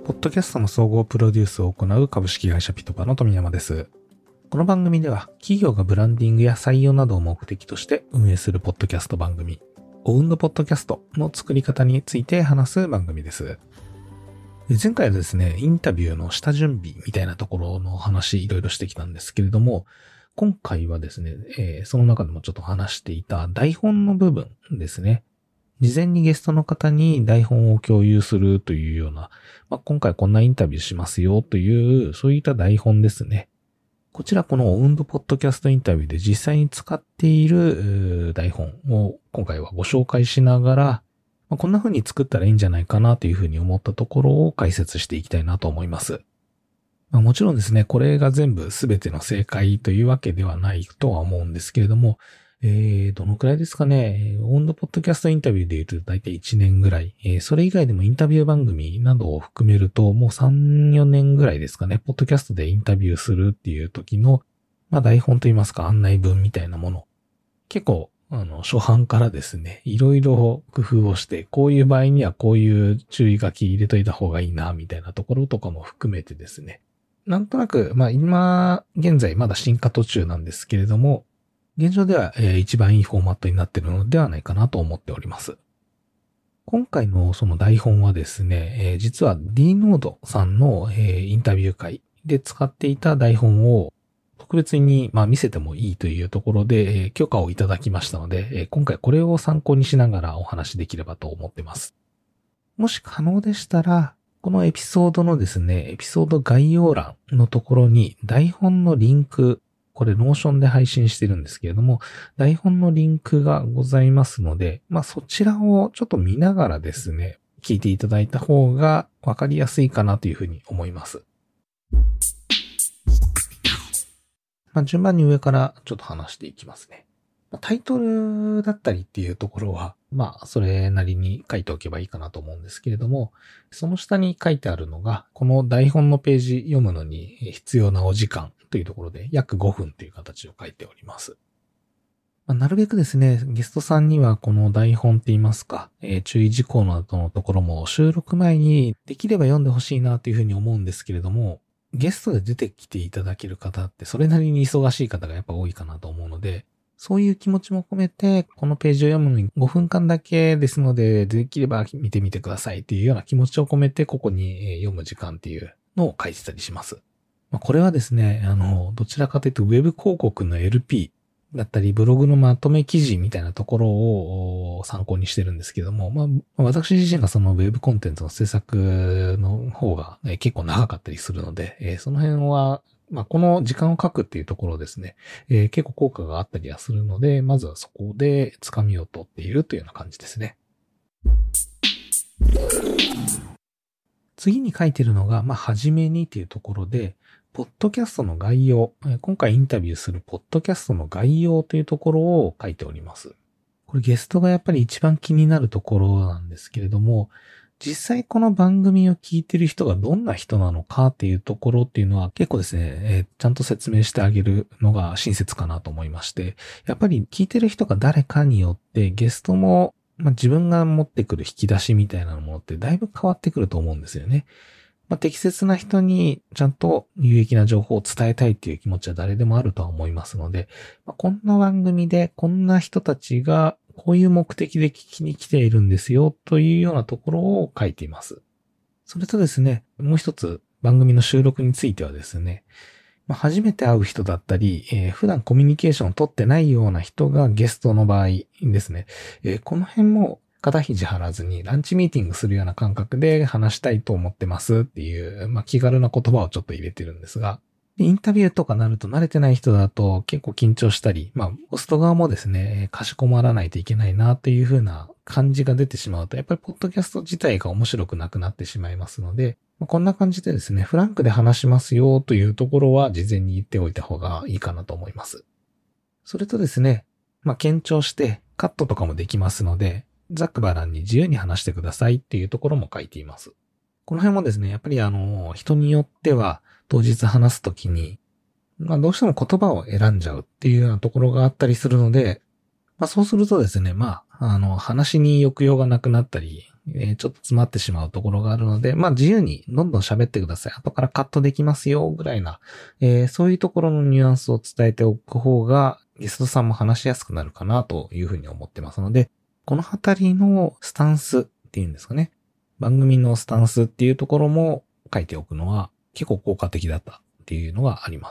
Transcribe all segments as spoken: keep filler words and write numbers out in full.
ポッドキャストの総合プロデュースを行う株式会社ピトパの富山です。この番組では企業がブランディングや採用などを目的として運営するポッドキャスト番組、オウンドポッドキャストの作り方について話す番組です。前回はですね、インタビューの下準備みたいなところの話いろいろしてきたんですけれども、今回はですね、えー、その中でもちょっと話していた台本の部分ですね。事前にゲストの方に台本を共有するというような、まあ、今回こんなインタビューしますよという、そういった台本ですね。こちらこのオウンドポッドキャストインタビューで実際に使っている台本を今回はご紹介しながら、まあ、こんな風に作ったらいいんじゃないかなという風に思ったところを解説していきたいなと思います。まあ、もちろんですね、これが全部全ての正解というわけではないとは思うんですけれども、えー、どのくらいですかね。オウンドポッドキャストインタビューで言うと大体いちねんぐらい。えー、それ以外でもインタビュー番組などを含めるともうさん、よねんぐらいですかね。ポッドキャストでインタビューするっていう時の、まあ台本といいますか案内文みたいなもの。結構、あの、初版からですね、いろいろ工夫をして、こういう場合にはこういう注意書き入れといた方がいいな、みたいなところとかも含めてですね。なんとなく、まあ今、現在まだ進化途中なんですけれども、現状では、えー、一番いいフォーマットになっているのではないかなと思っております。今回のその台本はですね、えー、実は D ノードさんの、えー、インタビュー会で使っていた台本を特別に、まあ、見せてもいいというところで、えー、許可をいただきましたので、えー、今回これを参考にしながらお話できればと思っています。もし可能でしたら、このエピソードのですね、エピソード概要欄のところに台本のリンク、これノーションで配信してるんですけれども、台本のリンクがございますので、まあそちらをちょっと見ながらですね、聞いていただいた方がわかりやすいかなというふうに思います。まあ順番に上からちょっと話していきますね。タイトルだったりっていうところは、まあそれなりに書いておけばいいかなと思うんですけれども、その下に書いてあるのが、この台本のページ読むのに必要なお時間というところで約ごふんという形を書いております。まあ、なるべくですね、ゲストさんにはこの台本って言いますか、えー、注意事項などのところも収録前にできれば読んでほしいなというふうに思うんですけれども、ゲストで出てきていただける方ってそれなりに忙しい方がやっぱ多いかなと思うので、そういう気持ちも込めて、このページを読むのにごふんかんだけですので、できれば見てみてくださいっていうような気持ちを込めて、ここに読む時間っていうのを書いてたりします。これはですね、あの、どちらかというと、ウェブ広告の エルピー だったり、ブログのまとめ記事みたいなところを参考にしてるんですけども、まあ、私自身がそのウェブコンテンツの制作の方が結構長かったりするので、その辺は、まあ、この時間を書くっていうところですね、えー、結構効果があったりはするので、まずはそこで掴みを取っているというような感じですね。次に書いてるのが、まあ、はじめにっていうところで、ポッドキャストの概要、今回インタビューするポッドキャストの概要というところを書いております。これゲストがやっぱり一番気になるところなんですけれども、実際この番組を聞いてる人がどんな人なのかっていうところっていうのは結構ですね、えー、ちゃんと説明してあげるのが親切かなと思いまして、やっぱり聞いてる人が誰かによってゲストも、まあ、自分が持ってくる引き出しみたいなものってだいぶ変わってくると思うんですよね。まあ、適切な人にちゃんと有益な情報を伝えたいっていう気持ちは誰でもあるとは思いますので、まあ、こんな番組でこんな人たちがこういう目的で聞きに来ているんですよというようなところを書いています。それとですね、もう一つ番組の収録についてはですね、まあ、初めて会う人だったり、えー、普段コミュニケーションを取ってないような人がゲストの場合ですね、えー、この辺も肩肘張らずにランチミーティングするような感覚で話したいと思ってますっていう、まあ、気軽な言葉をちょっと入れてるんですが、インタビューとかなると慣れてない人だと結構緊張したり、まあ、ホスト側もですね、かしこまらないといけないなっていう風な感じが出てしまうと、やっぱりポッドキャスト自体が面白くなくなってしまいますので、まあ、こんな感じでですね、フランクで話しますよというところは事前に言っておいた方がいいかなと思います。それとですね、まあ、堅調してカットとかもできますので、ざっくばらんに自由に話してくださいっていうところも書いています。この辺もですね、やっぱりあの、人によっては当日話すときに、まあどうしても言葉を選んじゃうっていうようなところがあったりするので、まあそうするとですね、まあ、あの、話に抑揚がなくなったり、 えー、ちょっと詰まってしまうところがあるので、まあ自由にどんどん喋ってください。後からカットできますよ、ぐらいな、えー、そういうところのニュアンスを伝えておく方が、ゲストさんも話しやすくなるかなというふうに思ってますので、このあたりのスタンスっていうんですかね。番組のスタンスっていうところも書いておくのは結構効果的だったっていうのがあります。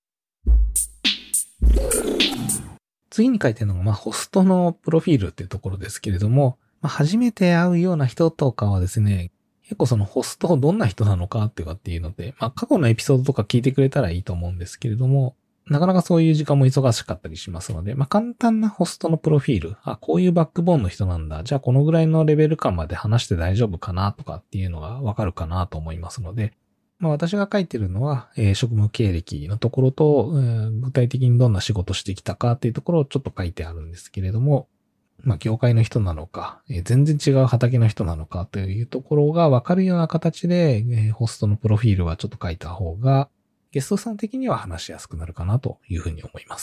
次に書いてるのが、まあ、ホストのプロフィールっていうところですけれども、まあ、初めて会うような人とかはですね、結構そのホストどんな人なのかっていうかっていうので、まあ、過去のエピソードとか聞いてくれたらいいと思うんですけれども、なかなかそういう時間も忙しかったりしますので、まあ、簡単なホストのプロフィール、あ、こういうバックボーンの人なんだ、じゃあこのぐらいのレベル感まで話して大丈夫かなとかっていうのがわかるかなと思いますので、まあ私が書いてるのは、えー、職務経歴のところと、えー、具体的にどんな仕事してきたかっていうところをちょっと書いてあるんですけれども、まあ業界の人なのか、えー、全然違う畑の人なのかというところがわかるような形で、えー、ホストのプロフィールはちょっと書いた方が、ゲストさん的には話しやすくなるかなというふうに思います。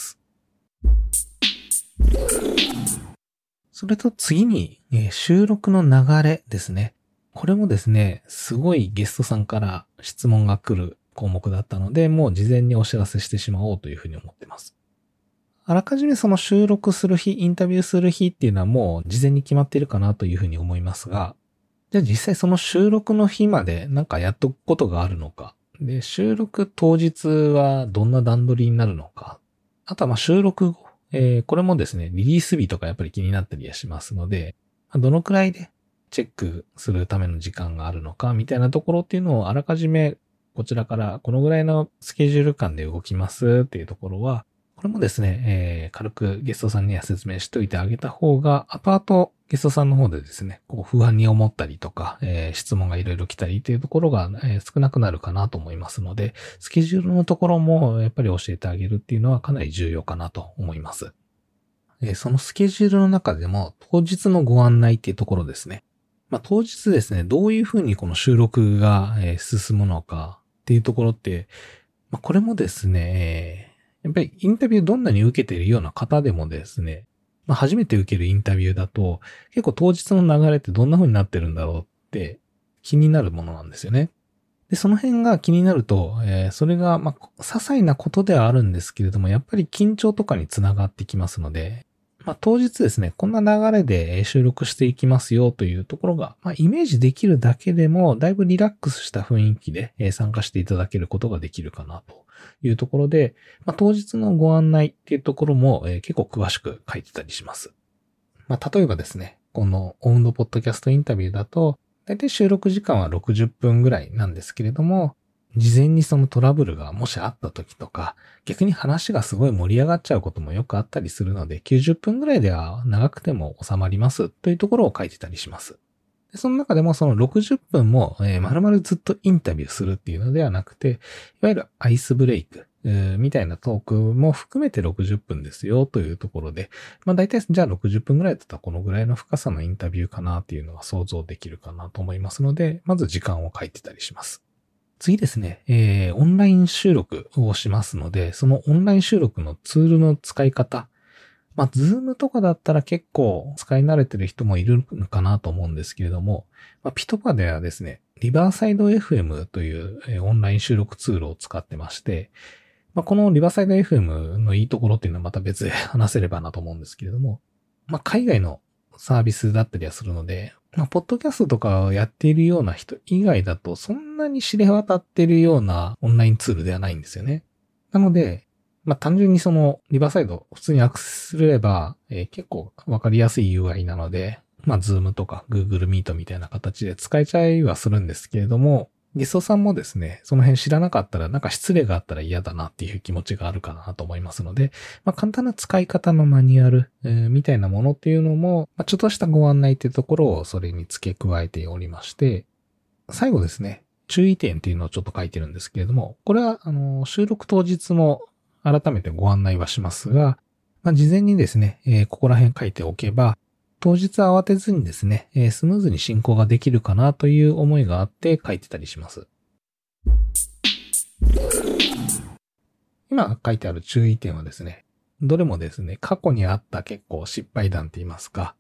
それと次に、えー、収録の流れですね。これもですね、すごいゲストさんから質問が来る項目だったので、もう事前にお知らせしてしまおうというふうに思ってます。あらかじめその収録する日、インタビューする日っていうのはもう事前に決まっているかなというふうに思いますが、じゃあ実際その収録の日までなんかやっとくことがあるのか、で、収録当日はどんな段取りになるのか、あとはまあ収録後、えー、これもですね、リリース日とかやっぱり気になったりはしますので、どのくらいでチェックするための時間があるのかみたいなところっていうのをあらかじめこちらからこのぐらいのスケジュール感で動きますっていうところは、これもですね、えー、軽くゲストさんには説明しといてあげた方が、後々ゲストさんの方でですね、こう不安に思ったりとか、えー、質問がいろいろ来たりっていうところが、えー、少なくなるかなと思いますので、スケジュールのところもやっぱり教えてあげるっていうのはかなり重要かなと思います。えー、そのスケジュールの中でも当日のご案内っていうところですね。まあ、当日ですね、どういうふうにこの収録が進むのかっていうところって、まあ、これもですね、やっぱりインタビューどんなに受けているような方でもですね、まあ、初めて受けるインタビューだと、結構当日の流れってどんな風になってるんだろうって気になるものなんですよね。で、その辺が気になると、えー、それが、まあ、些細なことではあるんですけれども、やっぱり緊張とかにつながってきますので、まあ、当日ですね、こんな流れで収録していきますよというところが、まあ、イメージできるだけでも、だいぶリラックスした雰囲気で参加していただけることができるかなというところで、まあ、当日のご案内っていうところも結構詳しく書いてたりします。まあ、例えばですね、このオウンドポッドキャストインタビューだと、だいたい収録時間はろくじゅっぷんぐらいなんですけれども、事前にそのトラブルがもしあった時とか、逆に話がすごい盛り上がっちゃうこともよくあったりするので、きゅうじゅっぷんぐらいでは長くても収まりますというところを書いてたりします。でその中でもそのろくじゅっぷんも、えー、丸々ずっとインタビューするっていうのではなくて、いわゆるアイスブレイク、えー、みたいなトークも含めてろくじゅっぷんですよというところで、まあ大体じゃあろくじゅっぷんぐらいだったらこのぐらいの深さのインタビューかなっていうのは想像できるかなと思いますので、まず時間を書いてたりします。次ですね、えー、オンライン収録をしますので、そのオンライン収録のツールの使い方、まあ、ズームとかだったら結構使い慣れてる人もいるのかなと思うんですけれども、まあ、ピトパではですね、リバーサイド エフエム という、えー、オンライン収録ツールを使ってまして、まあ、このリバーサイド エフエム のいいところっていうのはまた別で話せればなと思うんですけれども、まあ、海外のサービスだったりはするので、まあ、ポッドキャストとかをやっているような人以外だと、そんなに知れ渡っているようなオンラインツールではないんですよね。なので、まあ、単純にそのリバーサイド普通にアクセスすれば、えー、結構わかりやすい ユーアイ なので、まあ、Zoom とか Google Meet みたいな形で使えちゃいはするんですけれども、ゲストさんもですね、その辺知らなかったらなんか失礼があったら嫌だなっていう気持ちがあるかなと思いますので、まあ、簡単な使い方のマニュアル、えー、みたいなものっていうのも、まあ、ちょっとしたご案内っていうところをそれに付け加えておりまして、最後ですね、注意点っていうのをちょっと書いてるんですけれども、これはあの収録当日も改めてご案内はしますが、まあ、事前にですね、えー、ここら辺書いておけば、当日慌てずにですね、えー、スムーズに進行ができるかなという思いがあって書いてたりします。今書いてある注意点はですね、どれもですね、過去にあった結構失敗談って言いますか、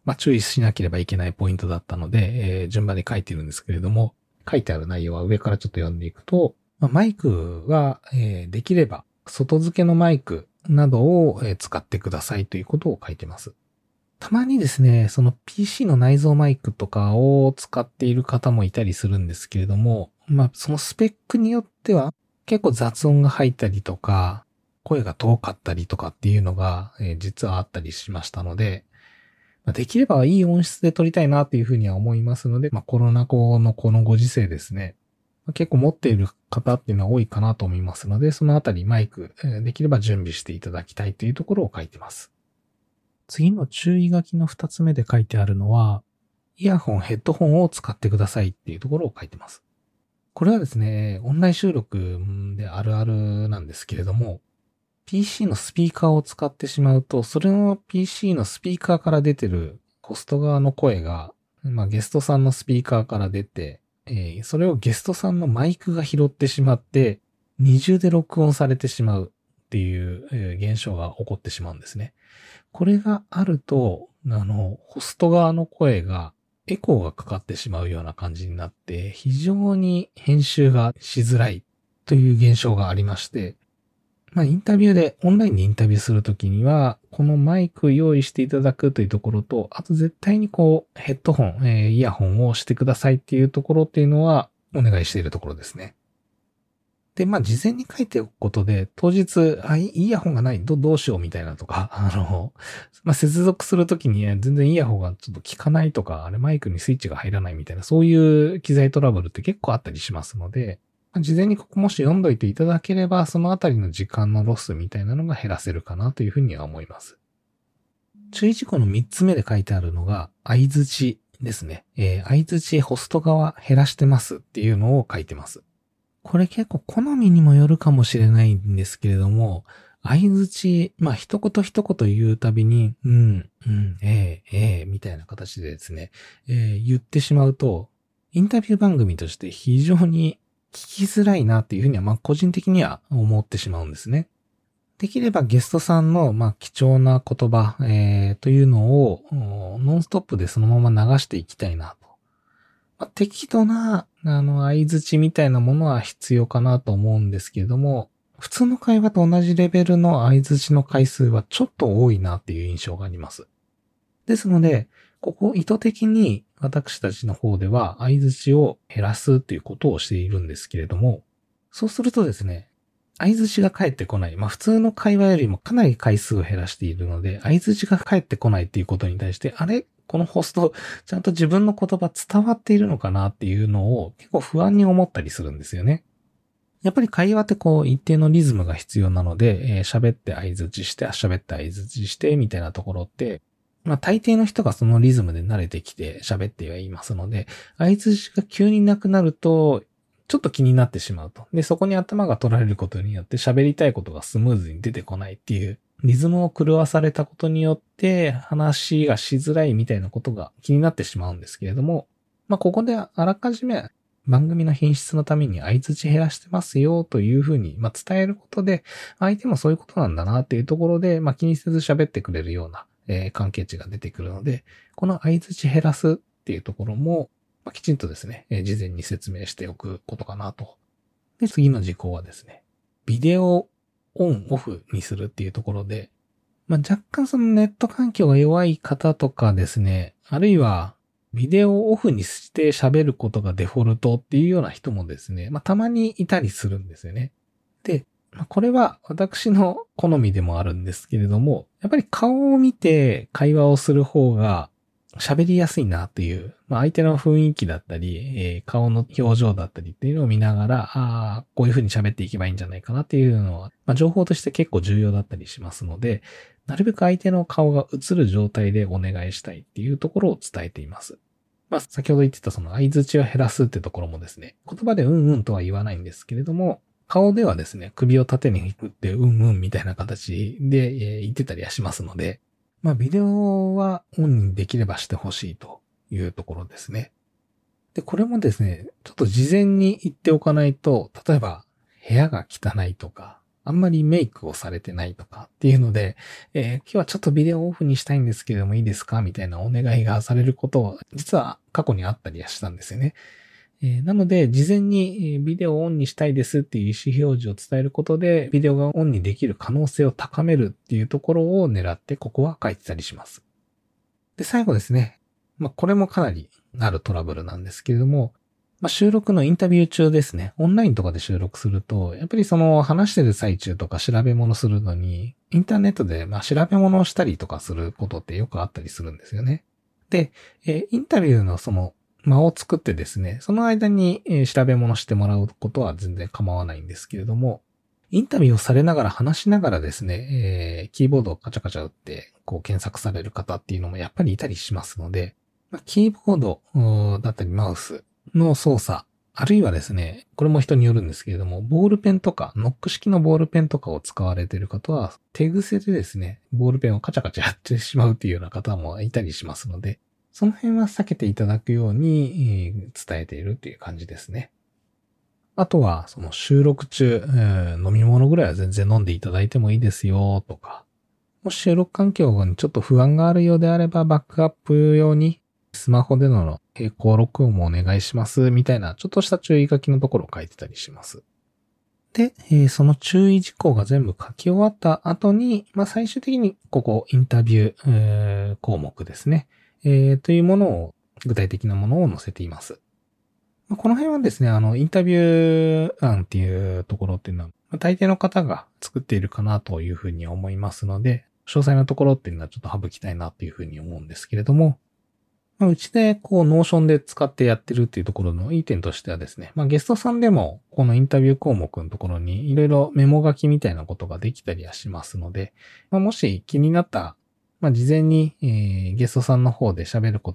まあ、注意しなければいけないポイントだったので、えー、順番に書いてるんですけれども、書いてある内容は上からちょっと読んでいくと、まあ、マイクは、えー、できれば外付けのマイクなどを、えー、使ってくださいということを書いてます。たまにですね、その ピーシー の内蔵マイクとかを使っている方もいたりするんですけれども、まあ、そのスペックによっては結構雑音が入ったりとか、声が遠かったりとかっていうのが、えー、実はあったりしましたので、できればいい音質で撮りたいなっていうふうには思いますので、まあコロナ後のこのご時世ですね、結構持っている方っていうのは多いかなと思いますので、そのあたりマイク、できれば準備していただきたいというところを書いてます。次の注意書きの二つ目で書いてあるのは、イヤホン、ヘッドホンを使ってくださいっていうところを書いてます。これはですね、オンライン収録であるあるなんですけれども、ピーシー のスピーカーを使ってしまうと、それの ピーシー のスピーカーから出てるホスト側の声が、まあゲストさんのスピーカーから出て、えー、それをゲストさんのマイクが拾ってしまって、二重で録音されてしまうっていう、えー、現象が起こってしまうんですね。これがあると、あの、ホスト側の声がエコーがかかってしまうような感じになって、非常に編集がしづらいという現象がありまして、まあ、インタビューで、オンラインでインタビューするときには、このマイク用意していただくというところと、あと絶対にこう、ヘッドホン、えー、イヤホンをしてくださいっていうところっていうのは、お願いしているところですね。で、まあ、事前に書いておくことで、当日、あ、イヤホンがない、ど、どうしようみたいなとか、あの、まあ、接続するときに全然イヤホンがちょっと効かないとか、あれマイクにスイッチが入らないみたいな、そういう機材トラブルって結構あったりしますので、事前にここもし読んどいていただければ、そのあたりの時間のロスみたいなのが減らせるかなというふうには思います。注意事項のみっつめで書いてあるのが、相槌ですね。えー、相槌ホスト側減らしてますっていうのを書いてます。これ結構好みにもよるかもしれないんですけれども、相槌、まあ一言一言言うたびに、うん、うん、ええ、ええ、みたいな形でですね、えー、言ってしまうと、インタビュー番組として非常に聞きづらいなっていうふうには、まあ個人的には思ってしまうんですね。できればゲストさんの、まあ貴重な言葉、えー、というのを、ノンストップでそのまま流していきたいなと。まあ、適度な、あの、相槌みたいなものは必要かなと思うんですけれども、普通の会話と同じレベルの相槌の回数はちょっと多いなっていう印象があります。ですので、ここ意図的に私たちの方では相槌を減らすということをしているんですけれども、そうするとですね、相槌が返ってこない。まあ普通の会話よりもかなり回数を減らしているので、相槌が返ってこないっていうことに対して、あれこのホスト、ちゃんと自分の言葉伝わっているのかなっていうのを結構不安に思ったりするんですよね。やっぱり会話ってこう一定のリズムが必要なので、喋、えー、って相槌して、喋って相槌してみたいなところって、まあ大抵の人がそのリズムで慣れてきて喋ってはいますので、相槌が急になくなると、ちょっと気になってしまうと。で、そこに頭が取られることによって喋りたいことがスムーズに出てこないっていう、リズムを狂わされたことによって話がしづらいみたいなことが気になってしまうんですけれども、まあここであらかじめ番組の品質のために相槌減らしてますよというふうに、まあ、伝えることで、相手もそういうことなんだなっていうところで、まあ、気にせず喋ってくれるような、えー、関係値が出てくるので、この相槌減らすっていうところも、まあ、きちんとですね、えー、事前に説明しておくことかなと。で、次の事項はですね、ビデオオンオフにするっていうところで、まあ、若干そのネット環境が弱い方とかですね、あるいは、ビデオをオフにして喋ることがデフォルトっていうような人もですね、まあたまにいたりするんですよね。で、まあ、これは私の好みでもあるんですけれども、やっぱり顔を見て会話をする方が喋りやすいなっていう、まあ相手の雰囲気だったり、えー、顔の表情だったりっていうのを見ながら、ああ、こういう風に喋っていけばいいんじゃないかなっていうのは、まあ情報として結構重要だったりしますので、なるべく相手の顔が映る状態でお願いしたいっていうところを伝えています。まあ、先ほど言ってたその相槌を減らすってところもですね、言葉でうんうんとは言わないんですけれども、顔ではですね、首を縦に振ってうんうんみたいな形で、えー、言ってたりはしますので、まあ、ビデオはオンにできればしてほしいというところですね。で、これもですね、ちょっと事前に言っておかないと、例えば部屋が汚いとか、 あんまりメイクをされてないとかっていうので、えー、今日はちょっとビデオオフにしたいんですけれどもいいですかみたいなお願いがされることを実は過去にあったりはしたんですよね。えー、なので、事前にビデオをオンにしたいですっていう意思表示を伝えることで、ビデオがオンにできる可能性を高めるっていうところを狙ってここは書いてたりします。で、最後ですね。まあ、これもかなりあるトラブルなんですけれども、まあ、収録のインタビュー中ですね。オンラインとかで収録すると、やっぱりその話してる最中とか調べ物するのに、インターネットでまあ調べ物をしたりとかすることってよくあったりするんですよね。で、えー、インタビューのその間を作ってですね、その間に、えー、調べ物してもらうことは全然構わないんですけれども、インタビューをされながら話しながらですね、えー、キーボードをカチャカチャ打ってこう検索される方っていうのもやっぱりいたりしますので、まあ、キーボードだったりマウスの操作、あるいはですね、これも人によるんですけれども、ボールペンとか、ノック式のボールペンとかを使われている方は、手癖でですね、ボールペンをカチャカチャやってしまうというような方もいたりしますので、その辺は避けていただくように伝えているという感じですね。あとは、その収録中、えー、飲み物ぐらいは全然飲んでいただいてもいいですよとか、もし収録環境にちょっと不安があるようであれば、バックアップ用にスマホでの並行録音もお願いしますみたいなちょっとした注意書きのところを書いてたりします。で、えー、その注意事項が全部書き終わった後に、まあ、最終的にここインタビュー、えー、項目ですね、えー、というものを具体的なものを載せています。まあ、この辺はですね、あのインタビュー案っていうところっていうのは、まあ、大抵の方が作っているかなというふうに思いますので、詳細なところっていうのはちょっと省きたいなというふうに思うんですけれども、まあ、うちでこうノーションで使ってやってるっていうところのいい点としてはですね、まあゲストさんでもこのインタビュー項目のところにいろいろメモ書きみたいなことができたりはしますので、まあ、もし気になった、まあ事前に、えー、ゲストさんの方で喋ること、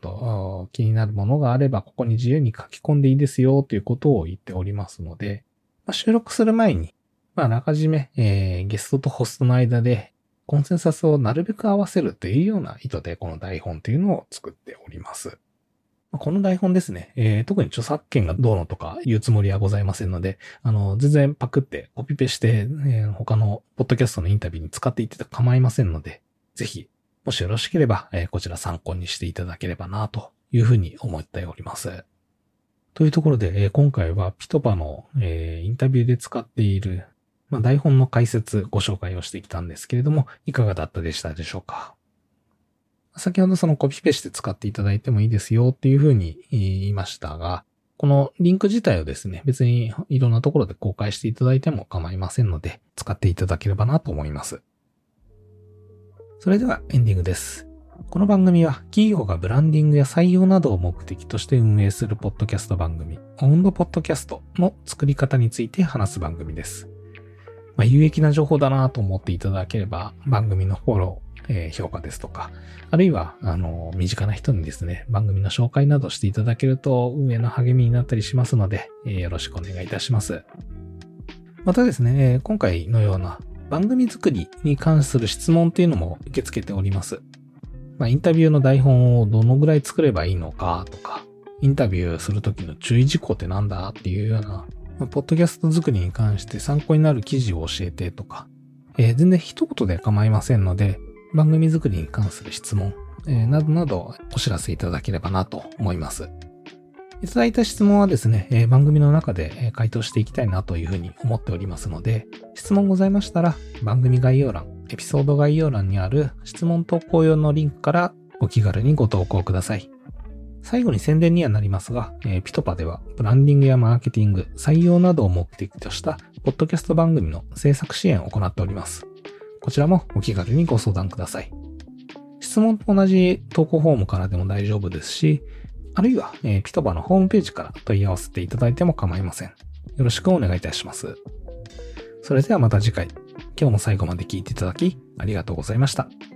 気になるものがあればここに自由に書き込んでいいですよということを言っておりますので、まあ、収録する前に、まああらかじめ、えー、ゲストとホストの間でコンセンサスをなるべく合わせるというような意図でこの台本というのを作っております。この台本ですね、えー、特に著作権がどうのとか言うつもりはございませんので、あの、全然パクってコピペして、えー、他のポッドキャストのインタビューに使っていって構いませんので、ぜひ、もしよろしければ、えー、こちら参考にしていただければなというふうに思っております。というところで、えー、今回はピトパの、えー、インタビューで使っているまあ、台本の解説ご紹介をしてきたんですけれども、いかがだったでしたでしょうか。先ほどそのコピペして使っていただいてもいいですよっていうふうに言いましたが、このリンク自体をですね、別にいろんなところで公開していただいても構いませんので、使っていただければなと思います。それではエンディングです。この番組は企業がブランディングや採用などを目的として運営するポッドキャスト番組、オウンドポッドキャストの作り方について話す番組です。まあ、有益な情報だなと思っていただければ、番組のフォロー、えー、評価ですとか、あるいは、あの、身近な人にですね、番組の紹介などしていただけると、運営の励みになったりしますので、えー、よろしくお願いいたします。またですね、今回のような番組作りに関する質問っていうのも受け付けております。まあ、インタビューの台本をどのぐらい作ればいいのかとか、インタビューするときの注意事項ってなんだっていうような、ポッドキャスト作りに関して参考になる記事を教えてとか、えー、全然一言で構いませんので、番組作りに関する質問、えー、などなどお知らせいただければなと思います。いただいた質問はですね、えー、番組の中で回答していきたいなというふうに思っておりますので、質問ございましたら番組概要欄、エピソード概要欄にある質問投稿用のリンクからお気軽にご投稿ください。最後に宣伝にはなりますが、えー、ピトパではブランディングやマーケティング、採用などを目的としたポッドキャスト番組の制作支援を行っております。こちらもお気軽にご相談ください。質問と同じ投稿フォームからでも大丈夫ですし、あるいは、えー、ピトパのホームページから問い合わせていただいても構いません。よろしくお願いいたします。それではまた次回。今日も最後まで聞いていただきありがとうございました。